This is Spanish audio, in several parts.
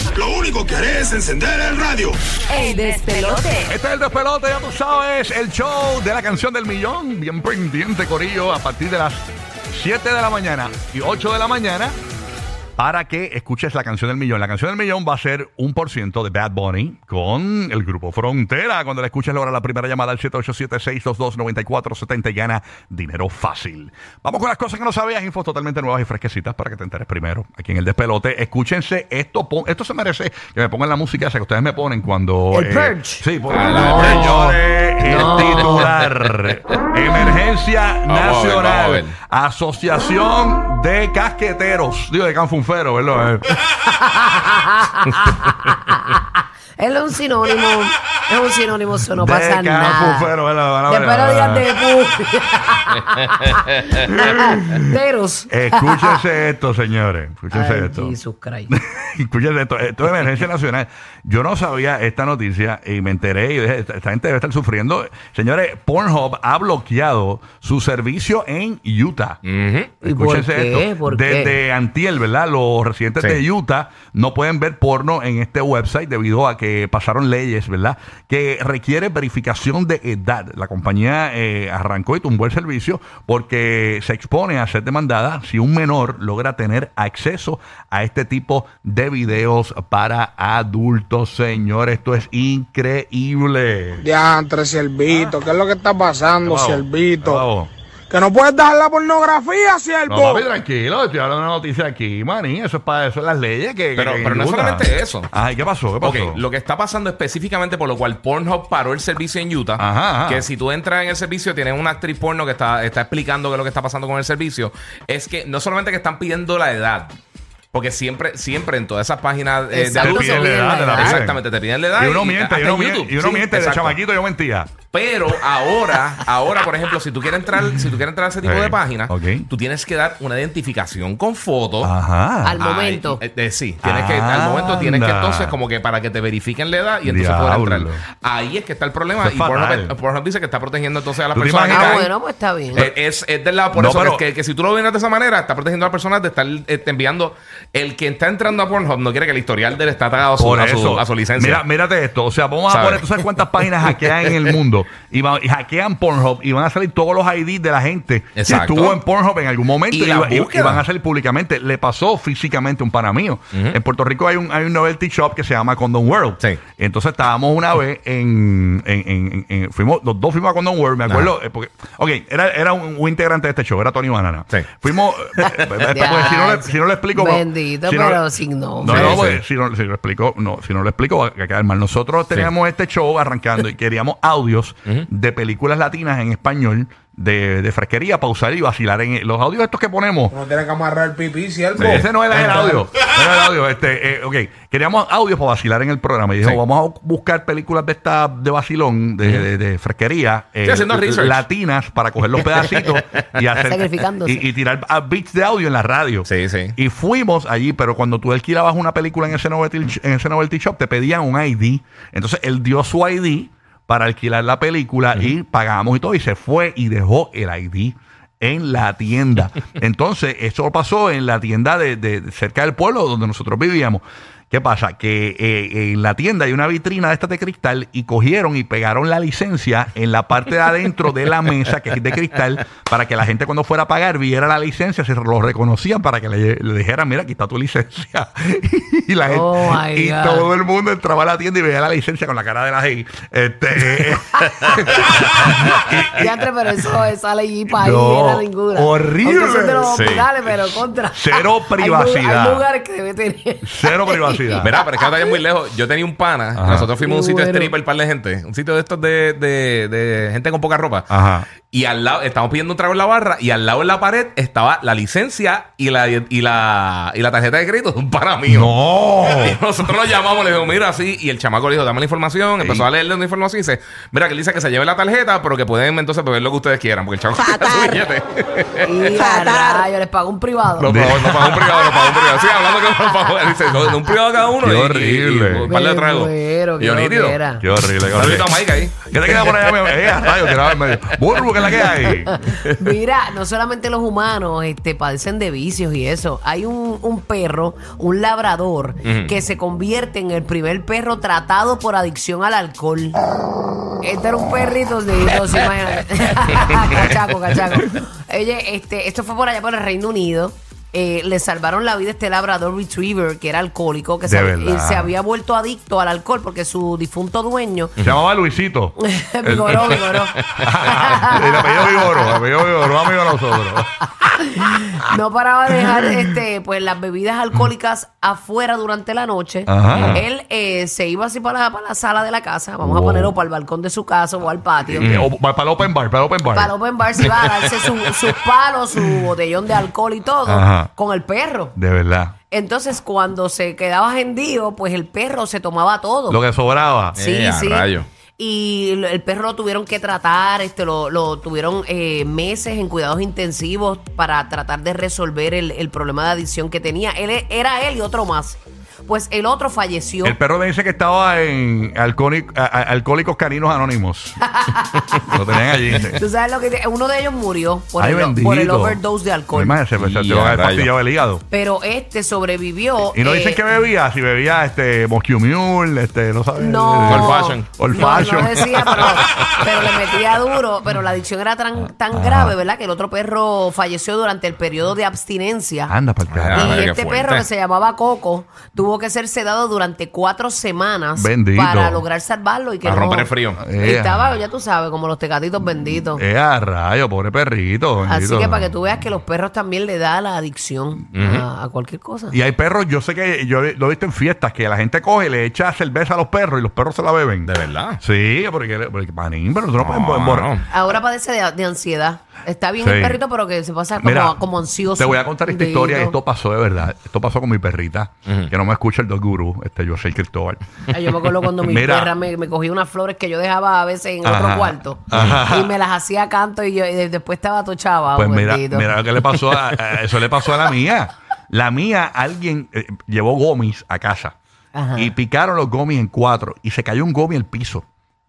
Lo único que haré es encender el radio. El Despelote. Este es el Despelote, ya tú sabes, el show de la canción del millón. Bien pendiente, corillo, a partir de las 7 de la mañana y 8 de la mañana para que escuches la canción del millón. La canción del millón va a ser 1% de Bad Bunny con el grupo Frontera. Cuando la escuches, logra la primera llamada al 787-622-9470 y gana dinero fácil. Vamos con las cosas que no sabías, infos totalmente nuevas y fresquecitas para que te enteres primero. Aquí en el Despelote, escúchense esto. Esto se merece que me pongan la música esa que ustedes me ponen cuando... El Purge. Sí, señores, el titular. Emergencia Nacional. Asociación de Casqueteros. Digo, de Canfunferos, ¿verdad? Él es un sinónimo. Es un sinónimo, eso no pasa nada. Después lo digan de Teros. Escúchense esto, señores. Escúchense esto. Jesus Christ. Escúchense esto. Esto es emergencia nacional. Yo no sabía esta noticia y me enteré y dije, esta gente debe estar sufriendo. Señores, Pornhub ha bloqueado su servicio en Utah. Escúchense esto. ¿Por Desde qué? antier, ¿verdad? Los residentes de Utah no pueden ver porno en este website debido a que pasaron leyes, ¿verdad? Que requiere verificación de edad. La compañía arrancó y tumbó el servicio porque se expone a ser demandada si un menor logra tener acceso a este tipo de videos para adultos, señores. Esto es increíble. Diantre, Siervito, ¿qué es lo que está pasando, Siervito? Bravo. Que no puedes dejar la pornografía, Siervo. No, papi, tranquilo, estoy hablando de una noticia aquí, maní. Eso es para eso, las leyes que. Pero no es Utah. solamente eso. Ay, ¿qué pasó? ¿Qué pasó? Ok, lo que está pasando específicamente por lo cual Pornhub paró el servicio en Utah, Ajá. que si tú entras en el servicio, tienes una actriz porno que está explicando qué es lo que está pasando con el servicio, es que no solamente que están pidiendo la edad, porque siempre en todas esas páginas de Exacto, adultos, te piden la edad, te la piden. exactamente, te piden la edad. Y uno miente, hasta y uno en miente, YouTube. y uno Sí, miente, de exacto. chamaquito yo mentía. Pero ahora, por ejemplo, si tú quieres entrar a ese tipo de página, tú tienes que dar una identificación con foto. Ajá. Al momento. Sí, al momento tienes que entonces como que para que te verifiquen la edad y entonces poder entrar. Ahí es que está el problema. Eso es Y fatal. Pornhub dice que está protegiendo entonces a las ¿Tú te personas que imaginas? Ah, caen. bueno, pues está bien. Es del lado por No, eso pero- que si tú lo vienes de esa manera, está protegiendo a las personas de estar enviando. El que está entrando a Pornhub no quiere que el historial de él está atado Por a eso. su licencia. Mírate esto. O sea, vamos a ¿Sabes? poner, ¿tú sabes cuántas páginas hackean en el mundo? Y hackean Pornhub y van a salir todos los IDs de la gente Exacto. que estuvo en Pornhub en algún momento Y la y búsqueda. van a salir públicamente. Le pasó físicamente a un pana mío. En Puerto Rico hay un novelty shop que se llama Condom World. Sí. Entonces estábamos una vez los dos fuimos a Condom World, me acuerdo. Porque, era un integrante de este show, era Tony Banana. Sí. Fuimos, porque si no le explico... Bendito, si no- pero sin nombre. no, Sí, porque si no lo explico, si no lo explico va a quedar mal. Nosotros teníamos este show arrancando y queríamos audios de películas latinas en español de fresquería para usar y vacilar en los audios estos que ponemos. No tienes que amarrar el pipí, Siervo. Ese no era el audio. No era el audio. Queríamos audios para vacilar en el programa. Y dijo, Sí. vamos a buscar películas de vacilón, de fresquería, haciendo research. latinas para coger los pedacitos y hacer Sacrificándose. y tirar beats de audio en la radio. Sí, sí. Y fuimos allí, pero cuando tú alquilabas una película en ese novelty shop, te pedían un ID. Entonces él dio su ID para alquilar la película y pagamos y todo, y se fue y dejó el ID en la tienda. Entonces, eso pasó en la tienda de cerca del pueblo donde nosotros vivíamos. ¿Qué pasa? Que en la tienda hay una vitrina de estas de cristal y cogieron y pegaron la licencia en la parte de adentro de la mesa, que es de cristal, para que la gente cuando fuera a pagar viera la licencia, se lo reconocían para que le dijeran, mira, aquí está tu licencia. y la gente, Oh, my y God. todo el mundo entraba a la tienda y veía la licencia con la cara de la G. Diantre, pero esa ley para ahí No, era ninguna. horrible. Aunque son de los Sí. hospitales, pero contra. Cero privacidad. Hay lugares que debe tener. Cero privacidad. Mira, pero es que no está muy lejos. Yo tenía un pana. Ajá. Nosotros fuimos a un Qué sitio de bueno. stripper, par de gente. Un sitio de estos de gente con poca ropa. Ajá. Y al lado, estamos pidiendo un trago en la barra. Y al lado en la pared estaba la licencia y la tarjeta de crédito de un pana mío. No. Y nosotros lo llamamos, le digo, mira, así. Y el chamaco le dijo, dame la información. Empezó a leerle la información y dice, mira, que él dice que se lleve la tarjeta, pero que pueden entonces beber lo que ustedes quieran. Porque el chamaco quiere su billete. Y a rayos, les pago un privado. No pagó un privado. Sí, hablando que no pagó. Dice, de un privado cada uno. Qué y horrible. un par de Me tragos. muero, Y yo, qué nítido. loquera. Qué horrible, qué Saludito horrible. a Mike ahí. ¿Qué te queda por allá? Rayo, tirado en medio. Burbu, ¿qué es la que hay. Mira, no solamente los humanos padecen de vicios y eso. Hay un perro, un labrador, que se convierte en el primer perro tratado por adicción al alcohol. Este era un perrito de dos, imagínate. Cachaco. Oye, esto fue por allá por el Reino Unido. Le salvaron la vida a este Labrador Retriever que era alcohólico, que se había vuelto adicto al alcohol porque su difunto dueño se llamaba Luisito. Vigoró. El apellido Vigoró, amigo de nosotros. No paraba de dejar pues las bebidas alcohólicas afuera durante la noche. Ajá. Él se iba así para la sala de la casa, vamos a ponerlo para el balcón de su casa o al patio. O para el open bar. Para el open bar se iba a darse sus palos, su botellón de alcohol y todo. Ajá. Con el perro. De verdad. Entonces, cuando se quedaba hendido, pues el perro se tomaba todo. Lo que sobraba. Sí. Rayo. Y el perro lo tuvieron que tratar, lo tuvieron meses en cuidados intensivos para tratar de resolver el problema de adicción que tenía. Era él y otro más. Pues el otro falleció. El perro me dice que estaba en Alcohólicos Caninos Anónimos. Lo tenían allí. Tú sabes lo que uno de ellos murió por el overdose de alcohol. Se lo había pastillado el hígado. Pero sobrevivió. Y no dicen que bebía, si bebía Moscow Mule, no sabes. No. Old Fashion. No decía, pero le metía duro. Pero la adicción era tan grave, ¿verdad? Que el otro perro falleció durante el periodo de abstinencia. Anda, para y perro que se llamaba Coco tuvo que ser sedado durante 4 semanas. Bendito. Para lograr salvarlo y que para romper el frío. Y estaba, ya tú sabes, como los tecatitos benditos. Rayo, pobre perrito. Bendito. Así que para que tú veas que los perros también le da la adicción a cualquier cosa. Y hay perros, yo sé que yo lo he visto en fiestas, que la gente coge, le echa cerveza a los perros y los perros se la beben. ¿De verdad? Sí, porque manín, pero tú no puedes borrar. Ahora padece de ansiedad. Está bien el perrito, pero que se pasa como ansioso. Te voy a contar esta historia. Esto pasó de verdad. Esto pasó con mi perrita, que no me escucha el Dog Guru, yo soy Cristóbal. Yo me acuerdo cuando mi perra me cogía unas flores que yo dejaba a veces en otro cuarto y me las hacía a canto y después estaba tochaba. Pues mira lo que le pasó eso le pasó a la mía. La mía, alguien llevó gomis a casa y picaron los gomis en 4 y se cayó un gomi al piso.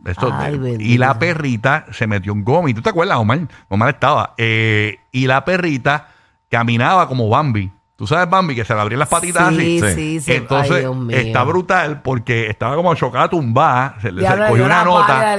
Y la perrita se metió un gomi. ¿Tú te acuerdas, Omar? Omar estaba. Y la perrita caminaba como Bambi. ¿Tú sabes Bambi? Que se le abrían las patitas así. Sí. Entonces, está brutal porque estaba como chocada, tumbada. Se cogió una nota.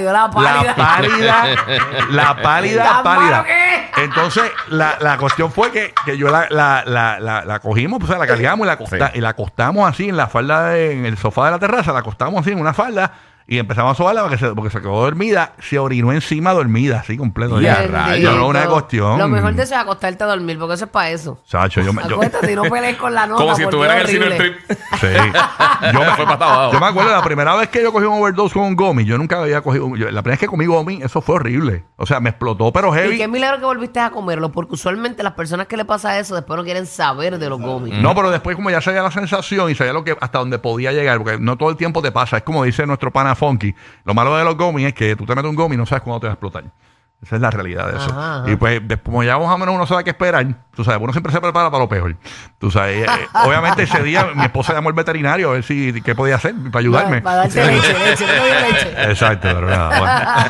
La pálida. Entonces, la cuestión fue que yo la cogimos, pues la cargamos y la acostamos así en la falda, en el sofá de la terraza. La acostamos así en una falda. Y empezamos a sobarla porque se quedó dormida. Se orinó encima dormida, así completo. No, una cuestión. Lo mejor de eso es acostarte a dormir, porque eso es para eso. Sacho, acuéstate y no pelees con la nota. Como si estuviera en el cine trip. Sí. Yo me acuerdo la primera vez que yo cogí un overdose con un gomi. Yo nunca había cogido. La primera vez que comí gomi, eso fue horrible. O sea, me explotó, pero heavy. Y qué milagro que volviste a comerlo, porque usualmente las personas que le pasa eso después no quieren saber de los gomis. No, pero después, como ya sabía la sensación y sabía hasta dónde podía llegar, porque no todo el tiempo te pasa. Es como dice nuestro pana Funky. Lo malo de los gomis es que tú te metes un gomi y no sabes cuándo te va a explotar. Esa es la realidad de eso. Ajá. Y pues, como ya más o menos uno sabe qué esperar, tú sabes, uno siempre se prepara para lo peor. Tú sabes, obviamente ese día mi esposa llamó al veterinario a ver qué podía hacer para ayudarme. Para darte leche. Exacto, pero nada.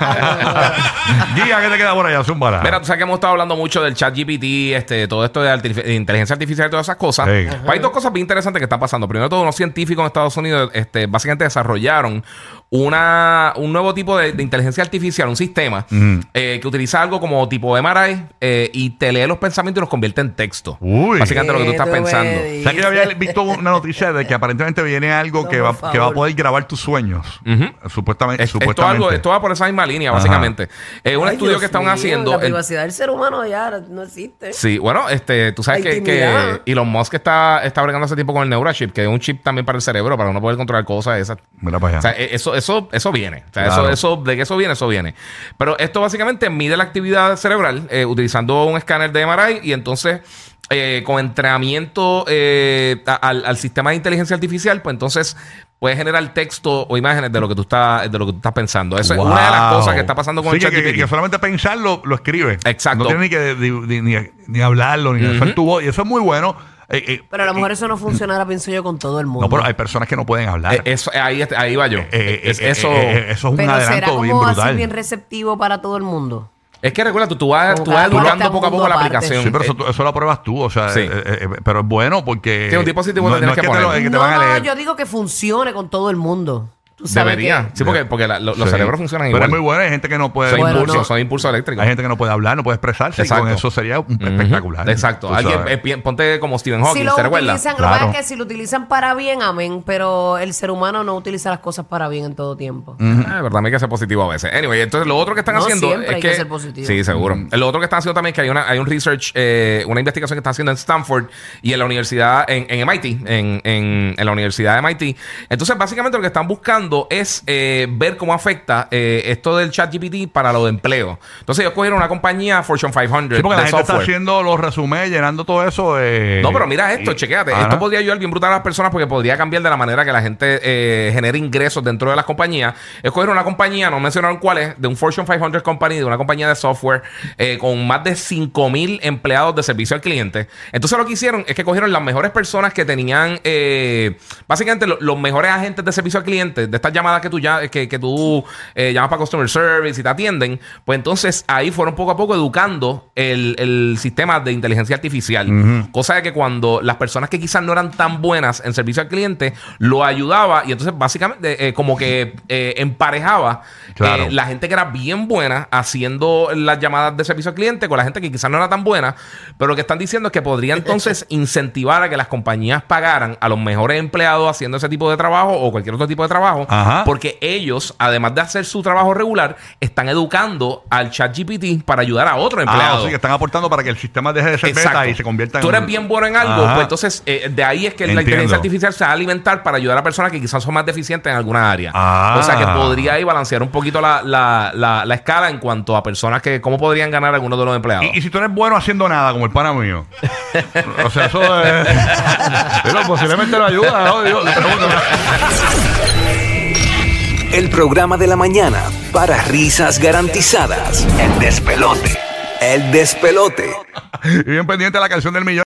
Bueno. Guía, ¿qué te queda por allá? Zúmbala. Mira, tú sabes que hemos estado hablando mucho del ChatGPT, todo esto de inteligencia artificial y todas esas cosas. Sí. Pues hay 2 cosas bien interesantes que están pasando. Primero de todo, unos científicos en Estados Unidos básicamente desarrollaron un nuevo tipo de inteligencia artificial, un sistema que utiliza algo como tipo MRI y te lee los pensamientos y los convierte en texto. Básicamente lo que tú estás pensando. ¿Sabes que yo había visto una noticia de que aparentemente viene algo que va a poder grabar tus sueños? Supuestamente. Esto va por esa misma línea, básicamente. Es un estudio que están haciendo. La privacidad del ser humano ya no existe. Sí, bueno, tú sabes que Elon Musk está bregando hace tiempo con el Neurochip, que es un chip también para el cerebro, para uno poder controlar cosas de esas. Mira para allá. O sea, eso viene. O sea, claro. de que eso viene. Pero esto básicamente mide la actividad cerebral utilizando un escáner de MRI y entonces con entrenamiento al sistema de inteligencia artificial, pues entonces puedes generar texto o imágenes de lo que tú estás pensando. Eso es una de las cosas que está pasando con el ChatGPT. Que solamente pensarlo lo escribe. Exacto. No tienes ni hablarlo, ni hacer tu voz. Y eso es muy bueno. Pero a lo mejor eso no funcionará, pienso yo, con todo el mundo. No, pero hay personas que no pueden hablar. Ahí va yo. Eso es un adelanto bien brutal. ¿Será como así bien receptivo para todo el mundo? Es que recuerda, tú vas Como cada cual educando está poco a poco la mundo aparte. aplicación. Sí, pero eso lo pruebas tú, o sea, Sí. pero es bueno porque... Sí, un dispositivo te tienes que es poner. que te van a leer. yo digo que funcione con todo el mundo. Tú sabes Debería. que- Sí, porque los Sí. cerebros funcionan Pero igual. es muy bueno, hay gente que no puede... Son Bueno, impulsos, no. son impulsos eléctricos. Hay gente que no puede hablar, no puede expresarse, Exacto. y con eso sería espectacular. Exacto. Tú Alguien, sabes. ponte como Stephen Hawking, Si lo ¿se recuerda? utilizan, lo que pasa Claro. es que si lo utilizan para bien, amén, pero el ser humano no utiliza las cosas para bien en todo tiempo. Verdad, hay que ser positivo a veces. Anyway, entonces lo otro que están No haciendo siempre es hay que ser positivo. Sí, seguro. Lo otro que están haciendo también es que hay un research, una investigación que están haciendo en Stanford y en la universidad, en MIT, en la universidad de MIT. Entonces, básicamente lo que están buscando es ver cómo afecta esto del ChatGPT para los empleos. Entonces, ellos cogieron una compañía Fortune 500 Sí, porque la de gente está software. haciendo los resúmenes, llenando todo eso. No, pero mira esto, chequéate. Ajá. Esto podría ayudar bien brutal a las personas porque podría cambiar de la manera que la gente genere ingresos dentro de las compañías. Escogieron una compañía, no mencionaron cuál es, de un Fortune 500 company, de una compañía de software con más de 5,000 empleados de servicio al cliente. Entonces lo que hicieron es que cogieron las mejores personas que tenían, básicamente los mejores agentes de servicio al cliente, de estas llamadas que tú llamas para customer service y te atienden. Pues entonces ahí fueron poco a poco educando el sistema de inteligencia artificial. Cosa de que cuando las personas que quizás no eran tan buenas en servicio al cliente lo ayudaba y entonces básicamente como que emparejaba Claro. la gente que era bien buena haciendo las llamadas de servicio al cliente con la gente que quizás no era tan buena, pero lo que están diciendo es que podría entonces incentivar a que las compañías pagaran a los mejores empleados haciendo ese tipo de trabajo o cualquier otro tipo de trabajo, Ajá. porque ellos, además de hacer su trabajo regular, están educando al ChatGPT para ayudar a otro empleado. sí, que están aportando para que el sistema deje de ser beta y se convierta en... Tú eres bien bueno en algo, Ajá. pues entonces de ahí es que la Entiendo. inteligencia artificial se va a alimentar para ayudar a personas que quizás son más deficientes en alguna área. Ah. O sea que podría ahí balancear un poquito la escala en cuanto a personas que cómo podrían ganar algunos de los empleados. Y si tú eres bueno haciendo nada, como el pana mío. O sea, eso es... Pero posiblemente lo ayuda, ¿no? Digo, le pregunto. El programa de la mañana para risas garantizadas. El despelote. El despelote. Y bien pendiente de la canción del millón.